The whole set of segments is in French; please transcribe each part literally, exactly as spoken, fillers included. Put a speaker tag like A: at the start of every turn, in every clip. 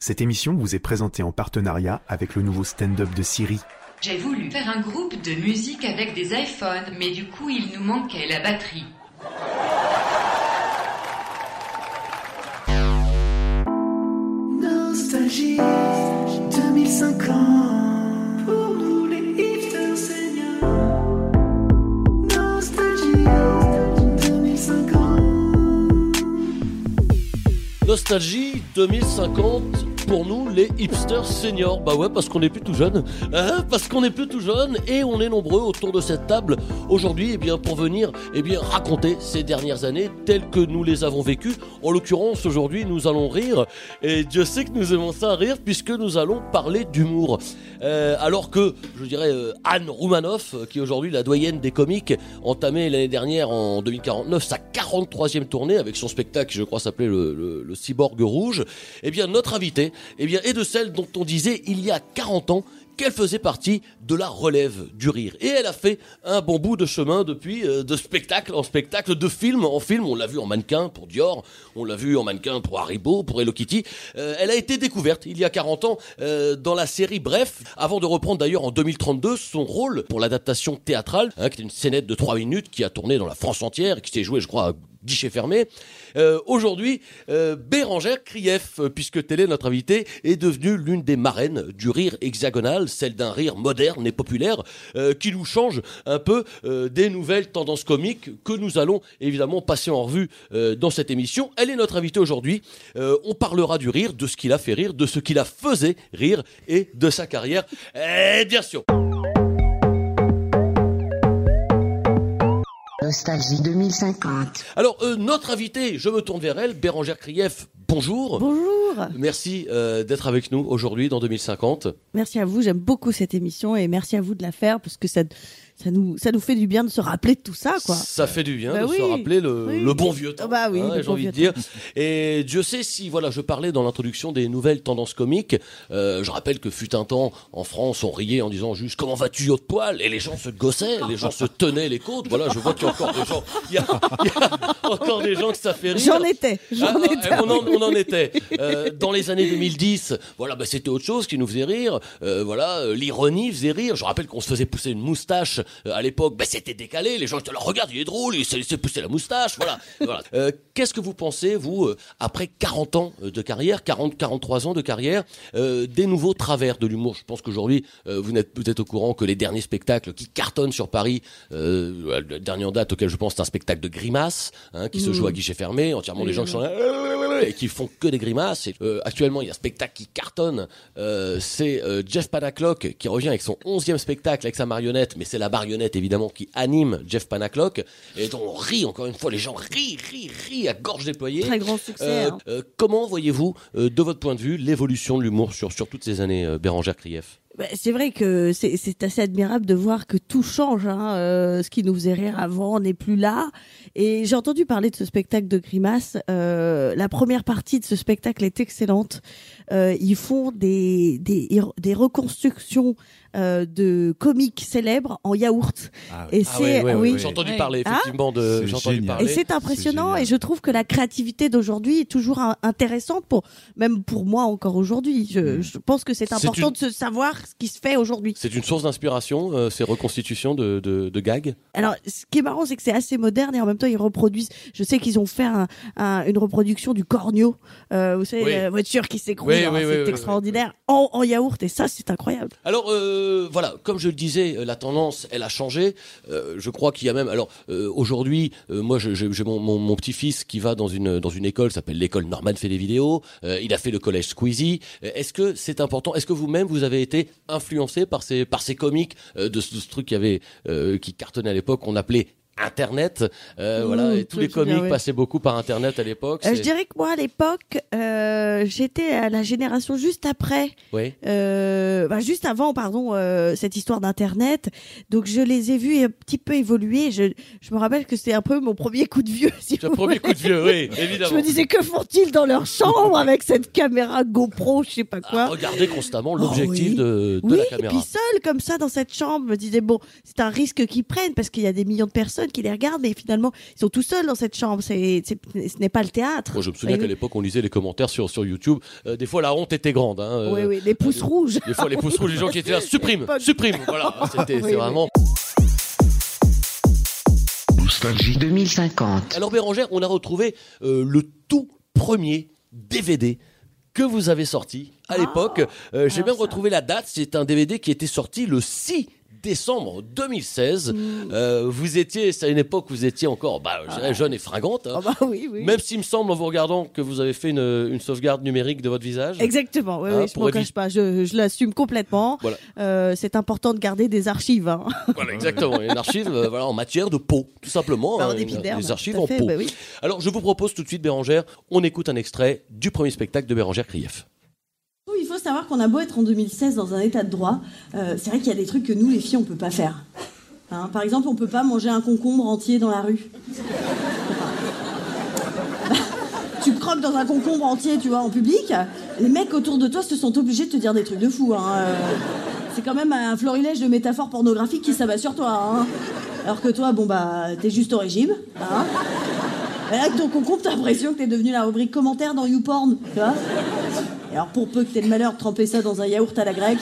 A: Cette émission vous est présentée en partenariat avec le nouveau stand-up de Siri.
B: J'ai voulu faire un groupe de musique avec des iPhones, mais du coup il nous manquait la batterie.
C: Nostalgie deux mille cinquante pour nous les hipsters seniors. Nostalgie deux mille cinquante.
D: Nostalgie deux mille cinquante pour nous les hipsters seniors. Bah ouais, parce qu'on n'est plus tout jeune, hein, parce qu'on n'est plus tout jeune et on est nombreux autour de cette table aujourd'hui, eh bien pour venir, eh bien raconter ces dernières années telles que nous les avons vécues. En l'occurrence, aujourd'hui, nous allons rire et Dieu sait que nous aimons ça rire puisque nous allons parler d'humour. Euh, alors que, je dirais, euh, Anne Roumanoff, qui est aujourd'hui la doyenne des comiques, entamait l'année dernière en deux mille quarante-neuf sa quarante-troisième tournée avec son spectacle qui je crois s'appelait le, le, le Cyborg Rouge. Eh bien notre invité, eh bien, est de celle dont on disait il y a quarante ans qu'elle faisait partie de la relève du rire. Et elle a fait un bon bout de chemin depuis, euh, de spectacle en spectacle, de film en film. On l'a vu en mannequin pour Dior, on l'a vu en mannequin pour Haribo, pour Hello Kitty. Euh, elle a été découverte il y a quarante ans euh, dans la série Bref, avant de reprendre d'ailleurs en deux mille trente-deux son rôle pour l'adaptation théâtrale, hein, qui est une scénette de trois minutes qui a tourné dans la France entière et qui s'est jouée, je crois, à guichet fermé. Euh, aujourd'hui, euh, Bérangère Krief, euh, puisque telle est notre invitée, est devenue l'une des marraines du rire hexagonal, celle d'un rire moderne et populaire, euh, qui nous change un peu euh, des nouvelles tendances comiques que nous allons évidemment passer en revue euh, dans cette émission. Elle est notre invitée aujourd'hui. Euh, on parlera du rire, de ce qui la fait rire, de ce qui la faisait rire et de sa carrière. Et bien sûr.
E: Nostalgie deux mille cinquante.
D: Alors, euh, notre invitée, je me tourne vers elle, Bérangère Krief, bonjour.
F: Bonjour.
D: Merci euh, d'être avec nous aujourd'hui dans deux mille cinquante.
F: Merci à vous, j'aime beaucoup cette émission et merci à vous de la faire parce que ça, ça, nous, ça nous fait du bien de se rappeler de tout ça, quoi.
D: Ça fait du bien
F: bah
D: de
F: oui,
D: se rappeler le,
F: oui.
D: le bon vieux temps,
F: bah oui,
D: hein, j'ai
F: bon
D: envie de
F: vieux
D: dire. Et Dieu sait si, voilà, je parlais dans l'introduction des nouvelles tendances comiques. Euh, je rappelle que fut un temps, en France, on riait en disant juste « Comment vas-tu, haut de poil ?» Et les gens se gossaient, les gens se tenaient les côtes. Voilà, je vois qu'il y a encore des gens, il y a, il y a encore des gens que ça fait rire.
F: J'en étais, j'en
D: Ah,
F: étais.
D: On en, on en était. Euh, dans les années deux mille dix, voilà, bah, c'était autre chose qui nous faisait rire. Euh, voilà, euh, l'ironie faisait rire. Je rappelle qu'on se faisait pousser une moustache euh, à l'époque. Bah, c'était décalé. Les gens étaient là, regarde, il est drôle, il s'est laissé pousser la moustache. Voilà. voilà. Euh, qu'est-ce que vous pensez, vous, euh, après quarante ans de carrière, quarante, quarante-trois ans de carrière, euh, des nouveaux travers de l'humour? Je pense qu'aujourd'hui, euh, vous n'êtes peut-être au courant que les derniers spectacles qui cartonnent sur Paris, euh, le dernier en date auquel je pense, c'est un spectacle de grimaces, hein, qui mmh. se joue à guichet fermé, entièrement mmh. des gens qui sont là, et qui font que des grimaces. Et, euh, actuellement, il y a un spectacle qui cartonne, euh, c'est euh, Jeff Panaclock qui revient avec son onzième spectacle avec sa marionnette, mais c'est la marionnette évidemment qui anime Jeff Panaclock, et dont on rit encore une fois, les gens rient, rient, rient à gorge déployée.
F: Très grand succès.
D: Euh,
F: hein.
D: euh, comment voyez-vous, euh, de votre point de vue, l'évolution de l'humour sur, sur toutes ces années, euh, Bérangère Krief?
F: Bah, c'est vrai que c'est, c'est assez admirable de voir que tout change. Hein. Euh, ce qui nous faisait rire avant n'est plus là. Et j'ai entendu parler de ce spectacle de grimaces. Euh, la première partie de ce spectacle est excellente. Euh, ils font des, des, des reconstructions euh, de comiques célèbres en yaourt.
D: Ah,
F: et
D: ah,
F: c'est,
D: oui, oui, oui,
F: oui.
D: J'ai entendu
F: oui.
D: parler effectivement
F: hein
D: de. J'ai entendu parler.
F: Et c'est impressionnant.
G: C'est
F: et je trouve que la créativité d'aujourd'hui est toujours un, intéressante pour, même pour moi encore aujourd'hui. Je, mmh. je pense que c'est important c'est une... de se savoir ce qui se fait aujourd'hui.
D: C'est une source d'inspiration, euh, ces reconstitutions de, de, de gags.
F: Alors, ce qui est marrant, c'est que c'est assez moderne et en même temps, ils reproduisent. Je sais qu'ils ont fait un, un, une reproduction du corneau. Euh, vous savez, oui. la voiture qui s'écroule. Oui, hein, oui, c'est oui, extraordinaire. Oui, oui. En, en yaourt, et ça, c'est incroyable.
D: Alors, euh, voilà, comme je le disais, la tendance, elle a changé. Euh, je crois qu'il y a même. Alors, euh, aujourd'hui, euh, moi, je, j'ai mon, mon, mon petit-fils qui va dans une, dans une école, s'appelle l'école Norman fait des vidéos. Euh, il a fait le collège Squeezie. Euh, est-ce que c'est important? Est-ce que vous-même, vous avez été influencé par ces, par ces comiques, euh, de, ce, de ce truc qui avait, euh, qui cartonnait à l'époque, qu'on appelait Internet, euh, mmh, voilà, et tous les comiques bien, oui. passaient beaucoup par Internet à l'époque.
F: Euh, je dirais que moi, à l'époque, euh, j'étais à la génération juste après,
D: oui.
F: euh, bah, juste avant, pardon, euh, cette histoire d'Internet. Donc, je les ai vus un petit peu évoluer. Je, je me rappelle que c'était un peu mon premier coup de vieux. Si
D: le premier coup de vieux, oui, évidemment.
F: Je me disais, que font-ils dans leur chambre avec cette caméra GoPro, je sais pas quoi.
D: Ah, regardez constamment l'objectif
F: oh, oui.
D: de, de
F: oui,
D: la caméra.
F: Et puis seul, comme ça, dans cette chambre, je me disais, bon, c'est un risque qu'ils prennent parce qu'il y a des millions de personnes. personne qui les regarde, mais finalement, ils sont tout seuls dans cette chambre. C'est, c'est, ce n'est pas le théâtre.
D: Moi, je me souviens
F: Oui,
D: qu'à
F: oui.
D: l'époque, on lisait les commentaires sur, sur YouTube. Euh, des fois, la honte était grande. Hein, euh,
F: Oui, oui, les pouces
D: euh,
F: rouges.
D: Des fois, les pouces rouges, les gens qui étaient là, supprime,
F: L'époque.
D: supprime. Voilà, c'était,
F: Oui,
D: c'est
F: oui.
D: vraiment.
E: Nostalgie deux mille cinquante.
D: Alors Bérangère, on a retrouvé euh, le tout premier D V D que vous avez sorti à l'époque. Euh, j'ai
F: alors
D: même
F: ça.
D: retrouvé la date. C'est un D V D qui était sorti le six décembre deux mille seize. Euh, vous étiez, c'est à une époque où vous étiez encore bah, je dirais, jeune et fringante. hein.
F: Ah bah oui, oui.
D: Même s'il me semble, en vous regardant, que vous avez fait une, une sauvegarde numérique de votre visage.
F: Exactement, oui,
D: Hein,
F: oui, je
D: pour
F: m'en
D: évi-
F: cache pas, je, je l'assume complètement.
D: Voilà.
F: Euh, c'est important de garder des archives. Hein.
D: Voilà, exactement. Une archive euh, voilà, en matière de peau, tout simplement.
F: Bah, en
D: hein, une-
F: épiderme,
D: des archives
F: tout à
D: en
F: fait,
D: peau.
F: bah oui.
D: Alors, je vous propose tout de suite, Bérangère, on écoute un extrait du premier spectacle de Bérangère Krief.
G: Il faut savoir qu'on a beau être en deux mille seize dans un état de droit, euh, c'est vrai qu'il y a des trucs que nous, les filles, on peut pas faire. Hein, par exemple, on peut pas manger un concombre entier dans la rue. Tu croques dans un concombre entier, tu vois, en public, les mecs autour de toi se sont obligés de te dire des trucs de fou. Hein. Euh, c'est quand même un florilège de métaphores pornographiques qui s'abat sur toi. Hein. Alors que toi, bon bah, t'es juste au régime. Hein. Et là, avec ton concombre, t'as l'impression que t'es devenu la rubrique commentaire dans YouPorn, tu vois. Et alors, pour peu que t'aies le malheur de tremper ça dans un yaourt à la grecque.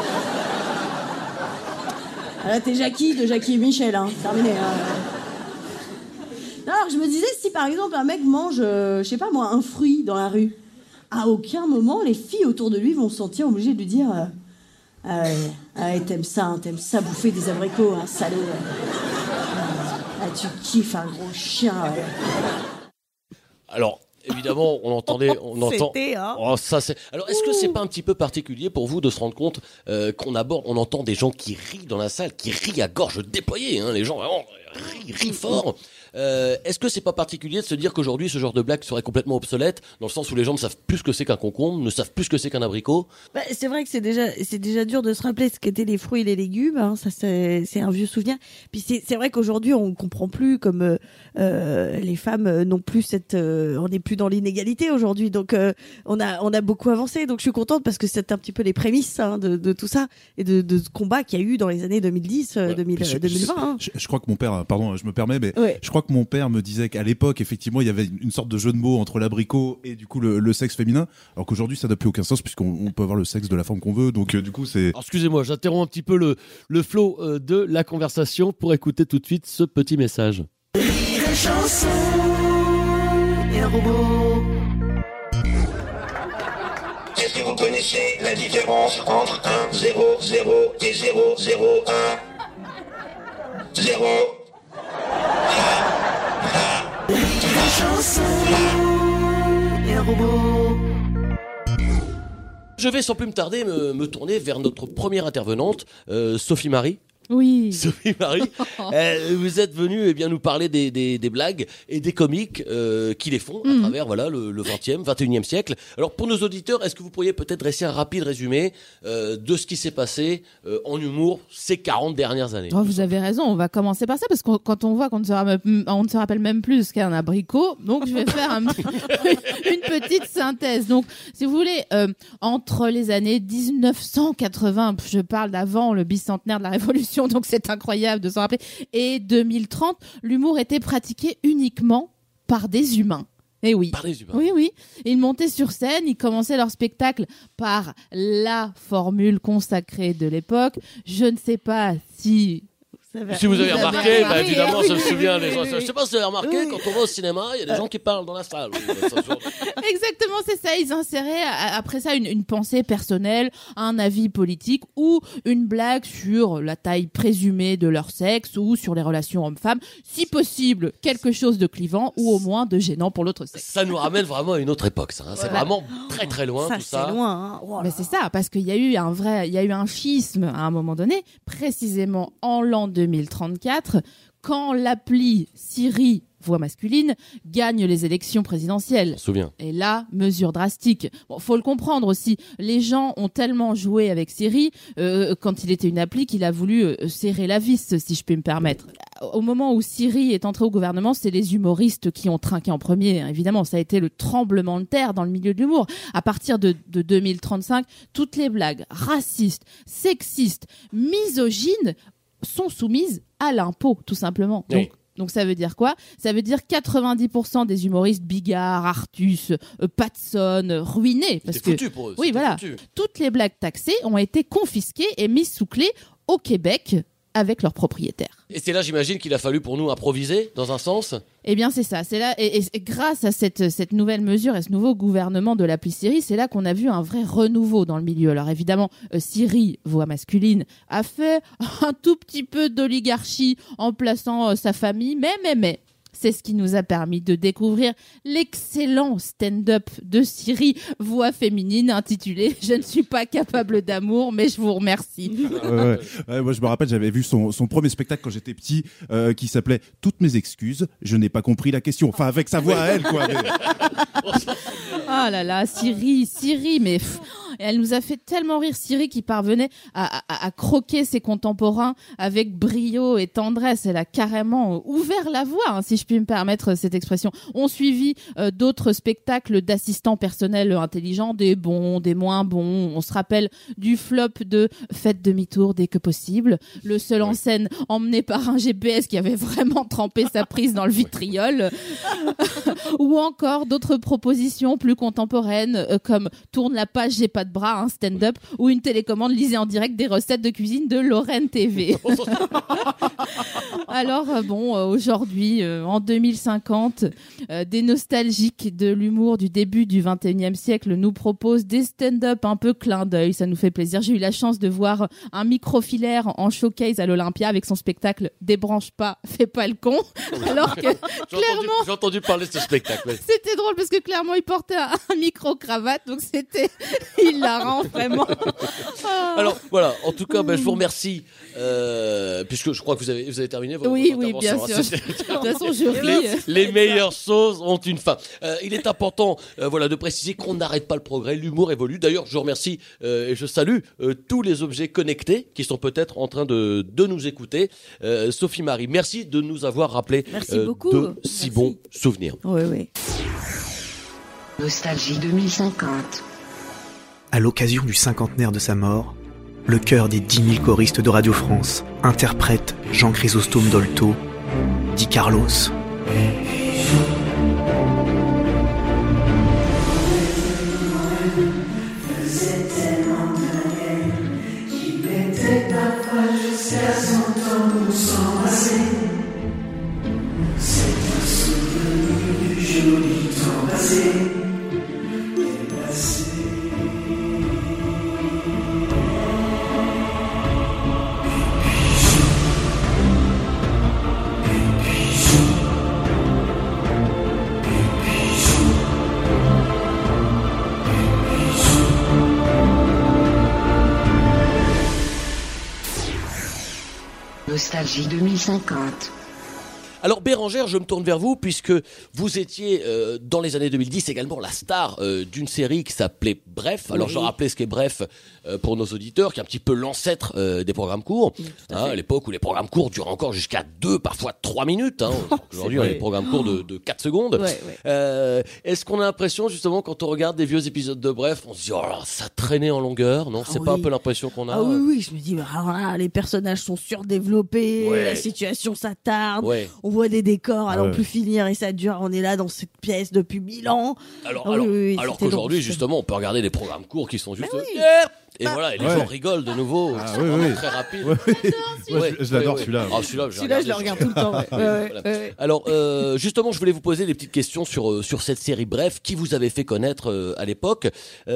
G: Là, t'es Jackie de Jackie et Michel, hein. Terminé. Hein. Non, alors, je me disais, si par exemple un mec mange, euh, je sais pas moi, un fruit dans la rue, à aucun moment les filles autour de lui vont se sentir obligées de lui dire euh, ah ouais, ah ouais, t'aimes ça, hein, t'aimes ça bouffer des abricots, hein, salaud. Ah, tu kiffes un gros chien. Ouais.
D: Alors, évidemment, on entendait, on entend.
F: C'était, hein.
D: Oh, ça c'est. Alors, est-ce que c'est pas un petit peu particulier pour vous de se rendre compte euh, qu'on aborde, on entend des gens qui rient dans la salle, qui rient à gorge déployée, hein, les gens vraiment rient, rient fort. Euh, est-ce que c'est pas particulier de se dire qu'aujourd'hui ce genre de blague serait complètement obsolète, dans le sens où les gens ne savent plus ce que c'est qu'un concombre, ne savent plus ce que c'est qu'un abricot?
F: Bah, c'est vrai que c'est déjà, c'est déjà dur de se rappeler ce qu'étaient les fruits et les légumes. Hein, ça, c'est, c'est un vieux souvenir. Puis c'est, c'est vrai qu'aujourd'hui, on ne comprend plus comme euh, euh, les femmes euh, n'ont plus cette, euh, on n'est plus dans l'inégalité aujourd'hui. Donc euh, on a, on a beaucoup avancé. Donc je suis contente parce que c'est un petit peu les prémices hein, de, de tout ça et de, de ce combat qu'il y a eu dans les années deux mille dix, euh,
D: Ouais.
F: deux mille,
H: Puis je-
F: deux mille vingt. Hein.
H: Je, je crois que mon père, pardon, je me permets, mais
F: Ouais.
H: je crois que mon père me disait qu'à l'époque, effectivement, il y avait une sorte de jeu de mots entre l'abricot et du coup le, le sexe féminin, alors qu'aujourd'hui, ça n'a plus aucun sens puisqu'on on peut avoir le sexe de la forme qu'on veut. Donc, euh, du coup, c'est.
D: Alors, excusez-moi, j'interromps un petit peu le, le flow euh, de la conversation pour écouter tout de suite ce petit message.
I: Est-ce que vous connaissez la différence entre un zéro zéro et zéro zéro un? Zéro.
D: Je vais sans plus me tarder me, me tourner vers notre première intervenante, euh, Sophie Marie.
J: Oui.
D: Sophie Marie, euh, vous êtes venue eh bien nous parler des, des, des blagues et des comiques euh, qui les font à
J: Mhm.
D: travers voilà le, le vingtième, vingt et unième siècle. Alors pour nos auditeurs, est-ce que vous pourriez peut-être dresser un rapide résumé euh, de ce qui s'est passé euh, en humour ces quarante dernières années?
J: Oh, vous avez raison, on va commencer par ça parce que quand on voit qu'on ne se rappelle, on ne se rappelle même plus ce qu'est un abricot, donc je vais faire un- une petite synthèse. Donc, si vous voulez, euh, entre les années dix-neuf cent quatre-vingts, je parle d'avant le bicentenaire de la Révolution, donc c'est incroyable de s'en rappeler, et deux mille trente, l'humour était pratiqué uniquement par des humains. Eh oui.
D: Par des humains.
J: Oui, oui. Ils montaient sur scène, ils commençaient leur spectacle par la formule consacrée de l'époque. Je ne sais pas si...
D: Si vous avez
J: Vous avez
D: remarqué,
J: remarqué,
D: bah, évidemment,
J: oui,
D: ça me
J: oui,
D: souvient.
J: oui,
D: les gens,
J: oui, oui.
D: Je sais pas si vous avez remarqué,
J: Oui.
D: quand on va au cinéma, il y a des gens qui parlent dans la salle. Oui, bah, ça, ça-
J: Exactement, c'est ça. Ils inséraient a- après ça une, une pensée personnelle, un avis politique ou une blague sur la taille présumée de leur sexe ou sur les relations hommes-femmes. Si possible, quelque chose de clivant ou au moins de gênant pour l'autre sexe.
D: ça nous ramène vraiment à une autre époque. Ça, hein. C'est
J: Voilà.
D: vraiment très très loin
F: Ça,
D: tout
F: c'est
D: ça.
F: loin. Hein. Oh là
J: Mais c'est ça, parce qu'il y a eu un vrai, il y a eu un schisme à un moment donné, précisément en l'an deux mille trente-quatre, quand l'appli Siri voix masculine gagne les élections présidentielles.
D: On se souvient.
J: Et là, mesure drastique. Bon, faut le comprendre aussi. Les gens ont tellement joué avec Siri euh, quand il était une appli qu'il a voulu euh, serrer la vis, si je puis me permettre. Au moment où Siri est entré au gouvernement, c'est les humoristes qui ont trinqué en premier. Hein. Évidemment, ça a été le tremblement de terre dans le milieu de l'humour. À partir de, de deux mille trente-cinq, toutes les blagues racistes, sexistes, misogynes sont soumises à l'impôt, tout simplement.
D: Oui.
J: Donc, Donc ça veut dire quoi ? Ça veut dire quatre-vingt-dix pour cent des humoristes Bigard, Artus, euh, Patson, euh, ruinés. Parce
D: C'était
J: que,
D: foutu pour eux.
J: oui,
D: c'était
J: voilà.
D: foutu.
J: Toutes les blagues taxées ont été confisquées et mises sous clé au Québec avec leurs propriétaires.
D: Et c'est là, j'imagine, qu'il a fallu pour nous improviser, dans un sens.
J: Eh bien, c'est ça. C'est là, et, et- et grâce à cette, cette nouvelle mesure et ce nouveau gouvernement de l'appli Siri, c'est là qu'on a vu un vrai renouveau dans le milieu. Alors évidemment, euh, Siri, voix masculine, a fait un tout petit peu d'oligarchie en plaçant euh, sa famille, mais, mais, mais. C'est ce qui nous a permis de découvrir l'excellent stand-up de Siri, voix féminine, intitulé « Je ne suis pas capable d'amour, mais je vous remercie ».
H: Ouais, ouais. Ouais, moi, je me rappelle, j'avais vu son, son premier spectacle quand j'étais petit, euh, qui s'appelait Toutes mes excuses, je n'ai pas compris la question. Enfin, avec sa voix à elle, quoi. Mais...
J: Ah là là, Siri, Siri, mais pff, elle nous a fait tellement rire, Siri, qui parvenait à, à, à croquer ses contemporains avec brio et tendresse. Elle a carrément ouvert la voie, hein, si je puis me permettre cette expression. On suivit euh, d'autres spectacles d'assistants personnels intelligents, des bons, des moins bons. On se rappelle du flop de Faites demi-tour dès que possible, le seul en scène emmené par un G P S qui avait vraiment trempé sa prise dans le vitriol, ou encore d'autres propositions plus contemporaines euh, comme Tourne la page, j'ai pas de bras, un stand-up, ou une télécommande lisée en direct des recettes de cuisine de Lorraine T V. Alors euh, bon, euh, aujourd'hui, euh, en deux mille cinquante, euh, des nostalgiques de l'humour du début du vingt et unième siècle nous proposent des stand-up un peu clin d'œil, ça nous fait plaisir. J'ai eu la chance de voir un microfilaire en showcase à l'Olympia avec son spectacle Débranche pas, fais pas le con, alors que
D: J'ai entendu,
J: clairement...
D: j'ai entendu parler de ce spectacle. ouais.
J: C'était drôle parce que clairement il portait un, un micro-cravate, donc c'était hilarant vraiment. Ah.
D: Alors voilà, en tout cas, ben, je vous remercie, euh, puisque je crois que vous avez, vous avez terminé votre
J: Oui,
D: votre
J: oui, bien
D: intervention,
J: sûr.
D: hein. C'est-
J: De toute façon, je
D: les,
J: ris.
D: les meilleures choses ont une fin. Euh, il est important, euh, voilà, de préciser qu'on n'arrête pas le progrès. L'humour évolue. D'ailleurs, je remercie euh, et je salue euh, tous les objets connectés qui sont peut-être en train de, de nous écouter. Euh, Sophie Marie, merci de nous avoir rappelé
F: Merci
D: euh,
F: beaucoup.
D: de si
F: Merci.
D: bons souvenirs.
F: Oui, oui.
E: Nostalgie deux mille cinquante.
A: À l'occasion du cinquantenaire de sa mort, le chœur des dix mille choristes de Radio France interprète Jean Chrysostome Dolto, dit Carlos.
E: Nostalgie deux mille cinquante.
D: Alors Bérangère, je me tourne vers vous puisque vous étiez euh, dans les années deux mille dix également la star euh, d'une série qui s'appelait Bref. Alors
F: Oui.
D: je rappelais ce qu'est Bref euh, pour nos auditeurs, qui est un petit peu l'ancêtre euh, des programmes courts. Hein, à l'époque où les programmes courts durent encore jusqu'à deux, parfois trois minutes. Hein. Aujourd'hui, on a des programmes courts de, de quatre secondes.
F: Ouais, ouais.
D: Euh, est-ce qu'on a l'impression justement quand on regarde des vieux épisodes de Bref, on se dit oh là, ça traînait en longueur, non? C'est
F: Ah
D: pas
F: oui.
D: un peu l'impression qu'on a?
F: Ah oui, oui, je me dis, bah, alors là, les personnages sont surdéveloppés,
D: Ouais.
F: la situation s'attarde,
D: Ouais.
F: on voit des décors à
H: Ah
F: n'en
H: ouais.
F: plus finir et ça dure, on est là dans cette pièce depuis mille ans.
D: Alors,
F: Ah oui,
D: alors,
F: oui, oui,
D: alors
F: c'était
D: qu'aujourd'hui,
F: drôle.
D: justement, on peut regarder des programmes courts qui sont juste.
F: oui.
D: Eh Et
F: Bah,
D: voilà, et les
H: ouais.
D: gens rigolent de nouveau.
H: Ah,
D: c'est
H: oui,
D: vraiment
H: oui.
D: très rapide.
H: Ouais, ouais.
D: Ouais,
H: Ouais, je- je l'adore,
D: ouais, ouais.
H: celui-là.
D: Ah, celui-là, j'ai
F: Celui-là, je le
D: regardé,
F: regarde tout le temps. ouais. Ouais, ouais,
D: Voilà.
F: ouais.
D: Alors, euh, justement, je voulais vous poser des petites questions sur euh, sur cette série Bref, qui vous avez fait connaître euh, à l'époque.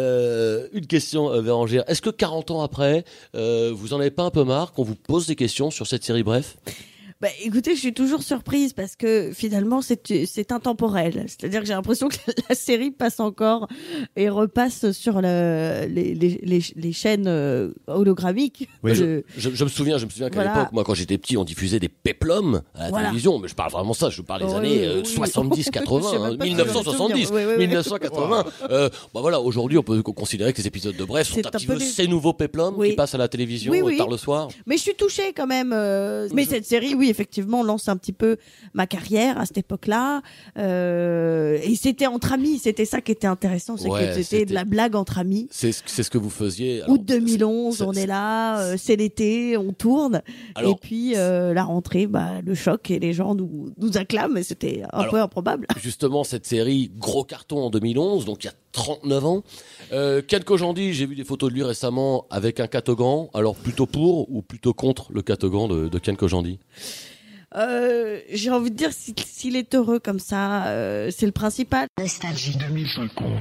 D: Euh, une question, euh, Bérangère. Est-ce que quarante ans après, euh, vous en avez pas un peu marre qu'on vous pose des questions sur cette série Bref?
F: Bah, écoutez, je suis toujours surprise parce que finalement, c'est c'est intemporel. C'est-à-dire que j'ai l'impression que la série passe encore et repasse sur le, les, les, les, les chaînes euh, hologrammiques.
H: Oui,
F: de-
D: Je, je me souviens, je me souviens qu'à
F: Voilà.
D: l'époque, moi, quand j'étais petit, on diffusait des péplums à la
F: Voilà.
D: télévision. Mais je parle vraiment ça, je parle des
F: Oui,
D: années euh,
F: oui.
D: soixante-dix
F: Je sais
D: quatre-vingts,
F: même
D: hein,
F: pas si
D: mille neuf cent soixante-dix,
F: j'en ai souvenir. Oui, oui, oui.
D: mille neuf cent quatre-vingts. Euh, bah voilà, aujourd'hui, on peut considérer que les épisodes de Bref sont
F: C'est
D: un
F: un
D: petit
F: peu
D: peu
F: des-
D: ces nouveaux péplums
F: Oui.
D: qui passent à la télévision
F: Oui,
D: euh,
F: oui.
D: tard le soir.
F: Mais je suis touchée quand même. euh, Mais cette série, oui, oui, effectivement, on lance un petit peu ma carrière à cette époque-là. Euh, et c'était entre amis, c'était ça qui était intéressant, c'est
D: Ouais,
F: que c'était,
D: c'était-
F: de la blague entre amis.
D: C'est ce, c'est ce que vous faisiez. Alors,
F: Août deux mille onze,
D: c'est-
F: on
D: c'est-
F: est là, euh, c'est l'été, on tourne.
D: Alors-
F: et puis euh, la rentrée, bah, le choc et les gens nous, nous acclament. Et c'était un
D: Alors-
F: peu improbable.
D: Justement, cette série, gros carton en deux mille onze, donc il y a trente-neuf ans. Euh, Ken Kojandi, j'ai vu des photos de lui récemment avec un catogan. Alors plutôt pour ou plutôt contre le catogan de, de Ken Kojandi?
F: Euh, j'ai envie de dire, si- s'il est heureux comme ça, euh, c'est le principal.
E: Nostalgie.
I: deux mille cinquante.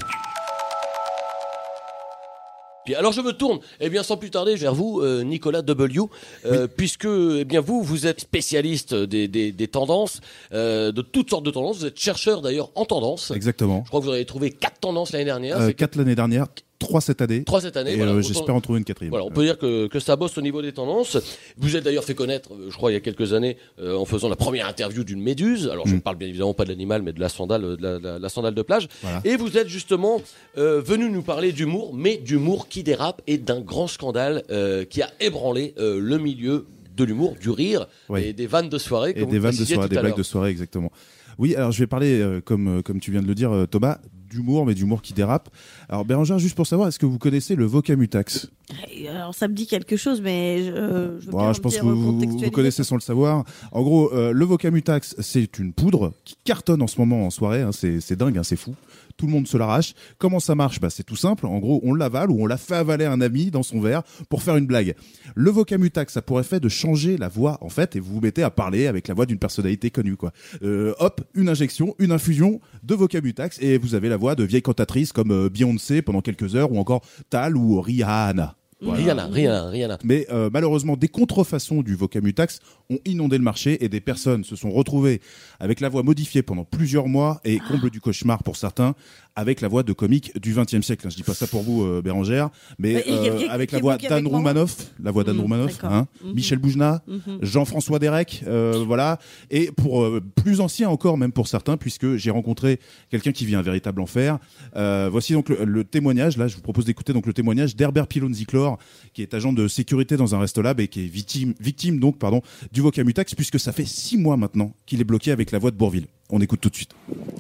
D: Puis alors je me tourne, eh bien sans plus tarder vers vous, euh, Nicolas W, euh, puisque eh bien vous vous êtes spécialiste des, des, des tendances, euh, de toutes sortes de tendances. Vous êtes chercheur d'ailleurs en tendances.
H: Exactement.
D: Je crois que vous avez trouvé quatre tendances l'année dernière.
H: Euh,
D: C'est
H: quatre l'année dernière, trois cette année.
D: Trois cette année.
H: Et
D: voilà.
H: euh,
D: Autant-
H: j'espère en trouver une quatrième.
D: Voilà, on peut dire que, que ça bosse au niveau des tendances. Vous êtes d'ailleurs fait connaître, euh, je crois, il y a quelques années, euh, en faisant la première interview d'une méduse. Alors, je ne
H: Mm.
D: parle bien évidemment pas de l'animal, mais de la sandale, de la, la- la sandale de plage.
H: Voilà.
D: Et vous êtes justement euh, venu nous parler d'humour, mais d'humour qui dérape et d'un grand scandale euh, qui a ébranlé euh, le milieu de l'humour, du rire
H: Oui.
D: et des vannes de soirée.
H: Et
D: comme
H: des
D: vous
H: vannes de
D: précisiez
H: soirée,
D: tout
H: des
D: à
H: blagues
D: l'heure.
H: de soirée, exactement. Oui, alors je vais parler, euh, comme, euh, comme tu viens de le dire, euh, Thomas, d'humour, mais d'humour qui dérape. Alors Bérangère, juste pour savoir, est-ce que vous connaissez le vocamutax?
F: Et alors ça me dit quelque chose, mais je, euh, je veux
H: Bon,
F: bien
H: je
F: me
H: pense
F: dire,
H: que vous, vous
F: contextualiser.
H: connaissez sans le savoir. En gros, euh, le vocamutax, c'est une poudre qui cartonne en ce moment en soirée. Hein, c'est, c'est dingue, hein, c'est fou. Tout le monde se l'arrache. Comment ça marche? Bah, c'est tout simple. En gros, on l'avale ou on la fait avaler à un ami dans son verre pour faire une blague. Le vocamutax, ça pourrait faire de changer la voix, en fait, et vous vous mettez à parler avec la voix d'une personnalité connue, quoi. Euh, hop, une injection, une infusion de vocamutax, et vous avez la voix de vieille cantatrice comme euh, Beyoncé pendant quelques heures, ou encore Tal ou Rihanna. Voilà.
D: Rihanna, Rihanna, Rihanna.
H: Mais euh, malheureusement, des contrefaçons du vocamutax ont inondé le marché et des personnes se sont retrouvées avec la voix modifiée pendant plusieurs mois et comble du cauchemar pour certains, avec la voix de comique du vingtième siècle. Je dis pas ça pour vous, euh, Bérangère, mais
F: Mais il y a
H: euh,
F: quelqu'un
H: avec
F: qui
H: la
F: est
H: voix
F: bloqué
H: d'Anne
F: avec moi.
H: Roumanoff, la voix d'Anne
F: Mmh,
H: Roumanoff,
F: d'accord.
H: hein,
F: Mmh.
H: Michel Boujna,
F: Mhm.
H: Jean-François Derek, euh, voilà. Et pour euh, plus ancien encore, même pour certains, puisque j'ai rencontré quelqu'un qui vit un véritable enfer. Euh, voici donc le, le témoignage. Là, je vous propose d'écouter donc le témoignage d'Herbert Pilon-Ziclor, qui est agent de sécurité dans un restolab et qui est victime, victime donc, pardon, du vocamutax, puisque ça fait six mois maintenant qu'il est bloqué avec la voix de Bourvil. On écoute tout de suite.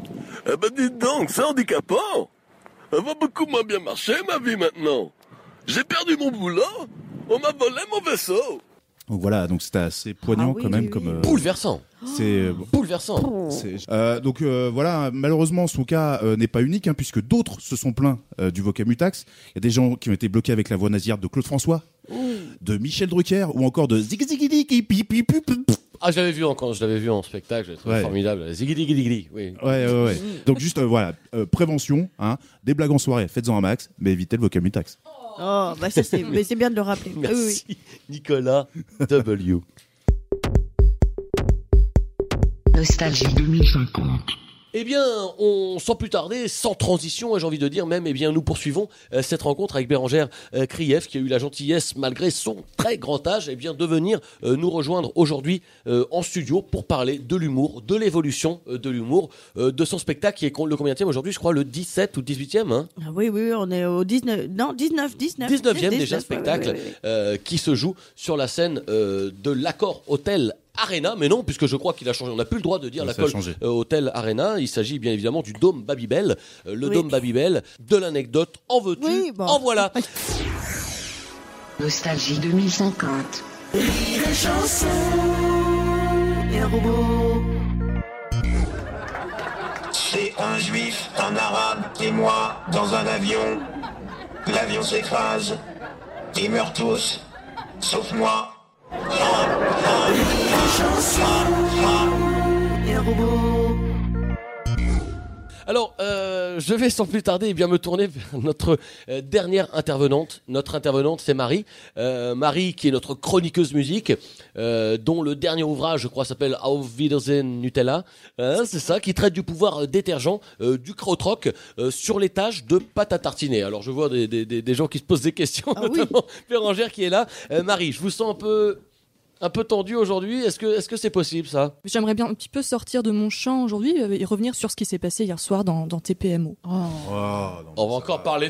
K: Eh ben dites donc, c'est handicapant. Ça va beaucoup moins bien marcher ma vie maintenant. J'ai perdu mon boulot, on m'a volé mon vaisseau.
H: Donc voilà, donc c'était assez poignant
F: Ah oui,
H: quand même
F: oui,
H: comme.
F: oui.
H: euh,
D: Bouleversant.
H: c'est
D: Bouleversant.
H: C'est- Euh, donc euh, voilà, malheureusement son cas euh, n'est pas unique, hein, puisque d'autres se sont plaints euh, du vocamutax. Il y a des gens qui ont été bloqués avec la voix nasillarde de Claude François, de Michel Drucker, ou encore de Zig Zig Zig Zig Pi Pi Pi Pi.
D: Ah, je l'avais vu en, quand je l'avais vu en spectacle, je l'ai trouvé
H: Ouais.
D: formidable. Ziggy-diggy-diggy, oui.
H: Ouais, ouais, ouais. Donc juste euh, voilà, euh, prévention, hein, des blagues en soirée, faites-en un max, mais évitez le vocamutax.
F: Oh, bah ça c'est, mais c'est bien de le rappeler. Oui, oui.
D: Merci, Nicolas W.
E: Nostalgie.
I: deux mille cinquante.
D: Eh bien, on, sans plus tarder, sans transition, et j'ai envie de dire même, eh bien, nous poursuivons euh, cette rencontre avec Bérangère euh, Krief, qui a eu la gentillesse, malgré son très grand âge, eh bien, de venir euh, nous rejoindre aujourd'hui euh, en studio pour parler de l'humour, de l'évolution euh, de l'humour, euh, de son spectacle qui est con- le combienième aujourd'hui, je crois, le dix-sept ou dix-huitième, hein
F: Ah oui, oui, on est au dix-neuf, non, dix-neuf, dix-neuf.
D: dix-neuvième déjà
F: dix-neuf,
D: spectacle
F: ouais, ouais, ouais, ouais.
D: euh, qui se joue sur la scène euh, de l'Accor Hotel Arena, mais non, puisque je crois qu'il a changé. On n'a plus le droit de dire
H: Ça a
D: l'Accor
H: changé.
D: euh, Hotel Arena. Il s'agit bien évidemment du Dôme Babybel. Euh, le
F: Oui.
D: Dôme Babybel, de l'anecdote. En veux-tu
F: Oui, bon.
D: En voilà.
E: Nostalgie deux mille cinquante.
C: Rire et chanson, et robots.
I: C'est un juif, un arabe et moi dans un avion. L'avion s'écrase. Ils meurent tous, sauf moi.
C: Et robots.
D: Alors, euh, je vais sans plus tarder eh bien me tourner vers notre euh, dernière intervenante. Notre intervenante, c'est Marie. Euh, Marie, qui est notre chroniqueuse musique, euh, dont le dernier ouvrage, je crois, s'appelle Auf Wiedersehen Nutella. Hein, c'est ça, qui traite du pouvoir euh, détergent euh, du krautrock euh, sur les tâches de pâte à tartiner. Alors, je vois des, des, des, des gens qui se posent des questions,
F: Ah oui.
D: notamment Bérangère qui est là. Euh, Marie, je vous sens un peu... Un peu tendu aujourd'hui, est-ce que est-ce que c'est possible ça?
L: J'aimerais bien un petit peu sortir de mon champ aujourd'hui euh, et revenir sur ce qui s'est passé hier soir dans, dans T P M O.
H: Oh, non,
D: On va
H: ça
D: encore
H: va.
D: parler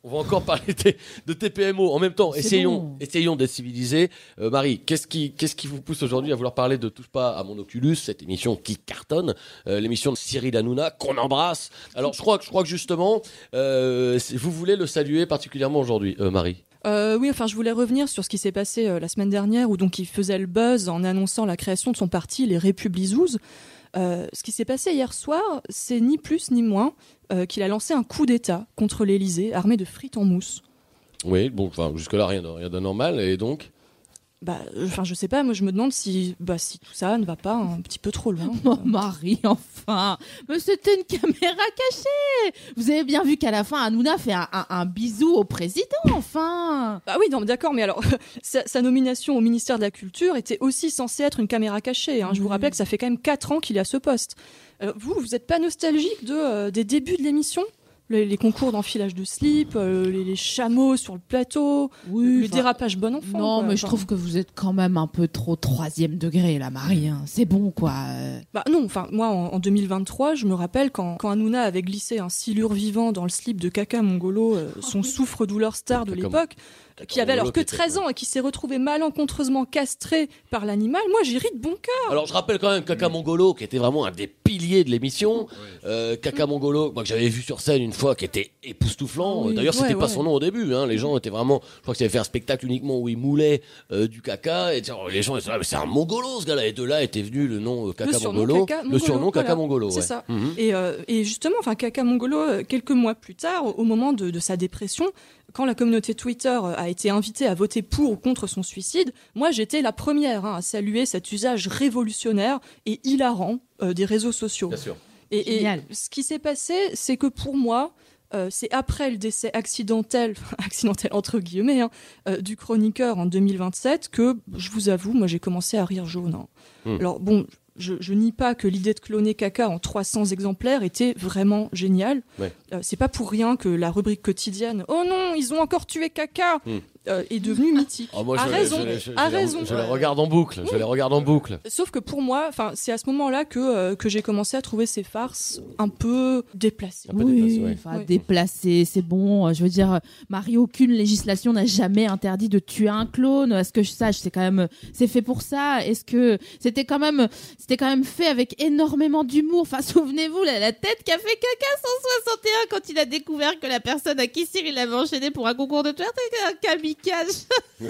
D: On va encore parler de, de T P M O. En même temps,
J: C'est
D: essayons,
J: bon.
D: essayons d'être civilisés. Euh, Marie, qu'est-ce qui, qu'est-ce qui vous pousse aujourd'hui à vouloir parler de Touche pas à mon Oculus, cette émission qui cartonne, euh, l'émission de Cyril Hanouna, qu'on embrasse. Alors, je crois que, je crois que justement, euh, c'est- vous voulez le saluer particulièrement aujourd'hui, euh, Marie.
L: Euh, oui, enfin, je voulais revenir sur ce qui s'est passé euh, la semaine dernière, où donc il faisait le buzz en annonçant la création de son parti, les Républizouz. Euh, ce qui s'est passé hier soir, c'est ni plus ni moins euh, qu'il a lancé un coup d'État contre l'Élysée, armé de frites en mousse.
D: Oui, bon, enfin, jusque-là, rien, de- rien d'anormal. Et donc
L: Bah, enfin, je sais pas, moi je me demande si, bah, si tout ça ne va pas un petit peu trop loin.
J: Oh Marie, enfin. Mais c'était une caméra cachée. Vous avez bien vu qu'à la fin, Hanouna fait un, un- un bisou au président, enfin.
L: Ah oui, non, mais d'accord, mais alors, sa, sa nomination au ministère de la Culture était aussi censée être une caméra cachée. Hein. Je vous rappelle que ça fait quand même quatre ans qu'il est à ce poste. Euh, vous, vous n'êtes pas nostalgique de, euh, des débuts de l'émission ? les, les concours d'enfilage de slip, euh, les, les chameaux sur le plateau,
J: Oui,
L: le
J: enfin,
L: dérapage bon enfant.
J: Non,
L: quoi.
J: mais je
L: Enfin,
J: trouve que vous êtes quand même un peu trop troisième degré, là, Marie. hein. C'est bon, quoi. euh.
L: Bah non, enfin moi en, en deux mille vingt-trois, je me rappelle quand, quand Hanouna avait glissé un silure vivant dans le slip de Kaka Mongolo, euh, son souffre-douleur star de
D: Kaka-
L: l'époque, qui avait alors
D: Mongolo
L: que
D: qui était-
L: treize ans et qui s'est retrouvé malencontreusement castré par l'animal, moi j'ai ri de bon cœur.
D: Alors je rappelle quand même Kaka Mongolo qui était vraiment un des piliers de l'émission. Euh, Kaka Mongolo, moi que j'avais vu sur scène une fois, qui était époustouflant.
L: Oui,
D: D'ailleurs c'était
L: ouais,
D: pas
L: ouais.
D: son nom au début. Hein. Les gens étaient vraiment, je crois qu'il avait fait un spectacle uniquement où il moulait euh, du caca. Et genre, les gens étaient là, mais c'est un Mongolo ce gars-là. Et de là était venu le nom euh, Kaka
L: Le surnom
D: Mongolo,
L: Kaka
D: le
L: Mongolo,
D: surnom Kaka
L: voilà.
D: Mongolo.
L: C'est
D: ouais.
L: ça.
D: Mhm.
L: Et, euh, et justement, enfin, Kaka Mongolo, euh, quelques mois plus tard, au, au moment de, de sa dépression, quand la communauté Twitter euh, a été invitée à voter pour ou contre son suicide, moi j'étais la première hein, à saluer cet usage révolutionnaire et hilarant euh, des réseaux sociaux.
D: Bien sûr.
L: Et, et
J: Génial.
L: ce qui s'est passé, c'est que pour moi, euh, c'est après le décès accidentel, accidentel entre guillemets, hein, euh, du chroniqueur en deux mille vingt-sept que, je vous avoue, moi j'ai commencé à rire jaune. hein.
D: Hmm.
L: Alors bon, je, je nie pas que l'idée de cloner Kaka en trois cents exemplaires était vraiment géniale.
D: Ouais.
L: Euh, c'est pas pour rien que la rubrique quotidienne « Oh non, ils ont encore tué Kaka
D: Hmm.
L: euh, est devenue mythique.
D: Ah, moi,
L: a
D: je,
L: raison,
D: je, je, je,
L: a
D: je,
L: raison.
D: je les regarde en boucle. Je les regarde en boucle.
L: Sauf que pour moi, enfin, c'est à ce moment-là que, euh, que j'ai commencé à trouver ces farces un peu déplacées.
D: Un peu
J: Oui,
D: déplacé, ouais.
J: enfin,
L: Ouais.
J: déplacé, c'est bon. Euh, Je veux dire, euh, Marie, aucune législation n'a jamais interdit de tuer un clone. À ce que je sache, c'est quand même, c'est fait pour ça. Est-ce que c'était quand même, c'était quand même fait avec énormément d'humour. Enfin, souvenez-vous, la, la tête qu'a fait Kaka cent soixante et un quand il a découvert que la personne à qui Cyril avait enchaîné pour un concours de twerk était un kamikaze.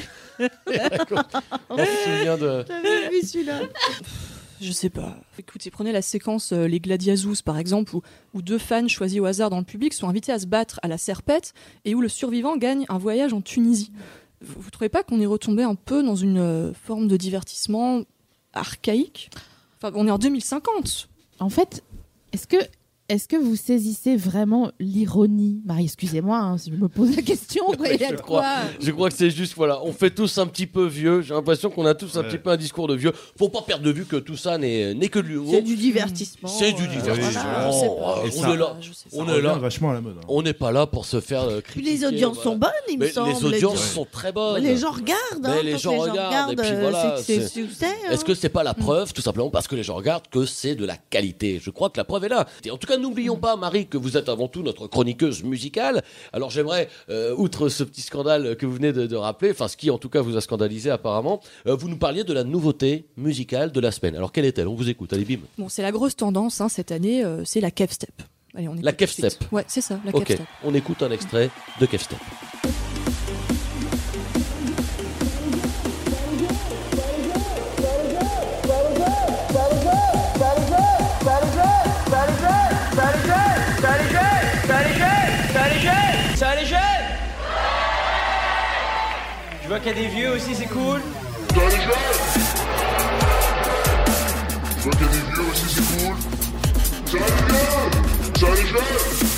D: On se souvient de.
J: J'avais vu celui-là.
L: Je sais pas. Écoutez, prenez la séquence euh, Les Gladiazouz, par exemple, où, où deux fans choisis au hasard dans le public sont invités à se battre à la serpette et où le survivant gagne un voyage en Tunisie. Vous, vous trouvez pas qu'on est retombé un peu dans une euh, forme de divertissement archaïque ? Enfin, on est en deux mille cinquante.
J: En fait, est-ce que, est-ce que vous saisissez vraiment l'ironie, Marie? Excusez-moi, hein, si je me pose la question. Quoi, il y a
D: Je
J: de
D: crois,
J: quoi
D: je crois que c'est juste, voilà, on fait tous un petit peu vieux. J'ai l'impression qu'on a tous un
H: Ouais.
D: petit peu un discours de vieux. Faut pas perdre de vue que tout ça n'est, n'est que de l'humour.
F: C'est du divertissement.
D: C'est du
F: euh,
D: divertissement.
F: voilà.
L: Je sais pas.
D: Oh,
H: Et
D: on
H: ça-
D: est là.
L: Je sais pas.
D: On
H: Ça
D: est
H: revient
D: là.
H: vachement à la mode. hein.
D: On n'est pas là pour se faire euh,
F: Puis
D: critiquer.
F: les audiences
D: voilà.
F: sont bonnes, il me
D: Mais
F: semble.
D: les audiences
F: gens-
D: sont très bonnes.
F: Les gens regardent. Hein,
D: Mais les
F: quand
D: gens regardent, et puis
F: euh,
D: voilà,
F: c'est que c'est
D: c'est-
F: succès. hein.
D: Est-ce que c'est pas la preuve, tout simplement parce que les gens regardent, que c'est de la qualité? Je crois que la preuve est là. Et en tout cas, n'oublions pas, Marie, que vous êtes avant tout notre chroniqueuse musicale. Alors j'aimerais, euh, outre ce petit scandale que vous venez de, de rappeler, enfin ce qui en tout cas vous a scandalisé apparemment, euh, vous nous parliez de la nouveauté musicale de la semaine. Alors quelle est-elle? On vous écoute, allez bim.
L: Bon, c'est la grosse tendance hein, cette année, euh, c'est la Kev Step. Allez, on écoute
D: La
L: tout
D: Kev
L: de suite.
D: Step.
L: Ouais, c'est ça, la Kev
D: Ok,
L: Step.
D: on écoute un extrait de Kev Step.
M: Ça les jeunes. Je vois qu'il y a des vieux aussi, c'est cool.
N: Ça les jeunes. Je vois qu'il y a des vieux aussi, c'est cool. Ça les jeunes. Ça les jeunes.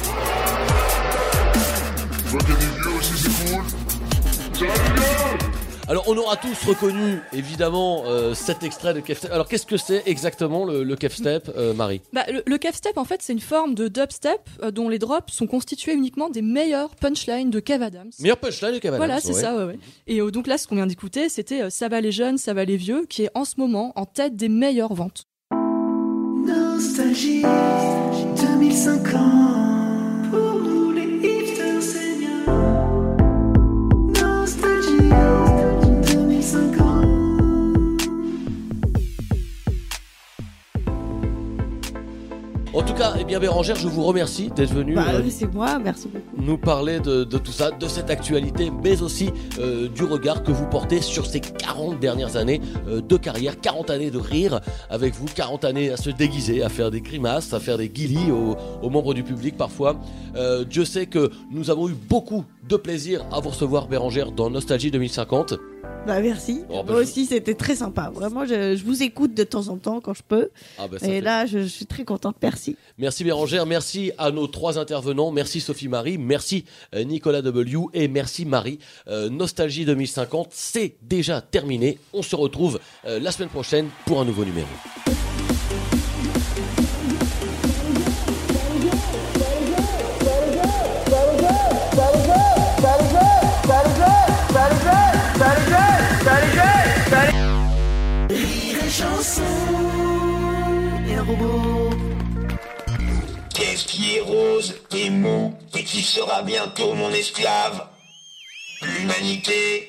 N: Je vois qu'il y a des vieux aussi, c'est cool. Ça les jeunes.
D: Alors on aura tous reconnu évidemment euh, cet extrait de Kev Step. Alors qu'est-ce que c'est exactement le, le Kev Step, euh, Marie?
L: Bah, le, le Kev Step, en fait, c'est une forme de dubstep euh, dont les drops sont constitués uniquement des meilleurs punchlines de Kev Adams.
D: Meilleur punchline de Kev Adams.
L: Voilà, c'est
D: ouais.
L: ça, ouais, ouais. Et euh, donc là, ce qu'on vient d'écouter, c'était euh, Ça va les jeunes, ça va les vieux, qui est en ce moment en tête des meilleures ventes.
C: Nostalgie deux mille cinquante. Pour nous les hipsters seniors.
D: bien Bérangère, je vous remercie d'être venue
F: Bah,
D: euh,
F: c'est moi, merci beaucoup.
D: nous parler de, de tout ça, de cette actualité, mais aussi euh, du regard que vous portez sur ces quarante dernières années euh, de carrière, quarante années de rire avec vous, quarante années à se déguiser, à faire des grimaces, à faire des guilis aux, aux membres du public parfois. Euh, Dieu sait que nous avons eu beaucoup de plaisir à vous recevoir Bérangère dans Nostalgie deux mille cinquante.
F: Bah merci.
D: Oh, bah,
F: Moi
D: je-
F: aussi, c'était très sympa. Vraiment, je, je vous écoute de temps en temps quand je peux.
D: Ah, bah, ça
F: Et
D: fait-
F: là, je, je suis très contente. Merci.
D: Merci Bérangère, merci à nos trois intervenants, merci Sophie-Marie, merci euh, Nicolas W et merci Marie. Euh, Nostalgie deux mille cinquante, c'est déjà terminé. On se retrouve euh, la semaine prochaine pour un nouveau numéro.
C: Rire et chanson, les robots.
I: Qu'est-ce qui est rose et mou et qui sera bientôt mon esclave? L'humanité.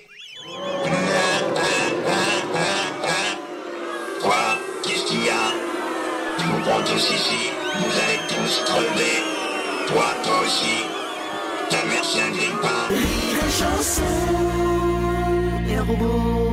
I: Quoi? Qu'est-ce qu'il y a? Je vous prends tous ici, vous allez tous crever. Toi, toi aussi. Ta mère c'est un grippin.
C: Rire et chanson, les robots.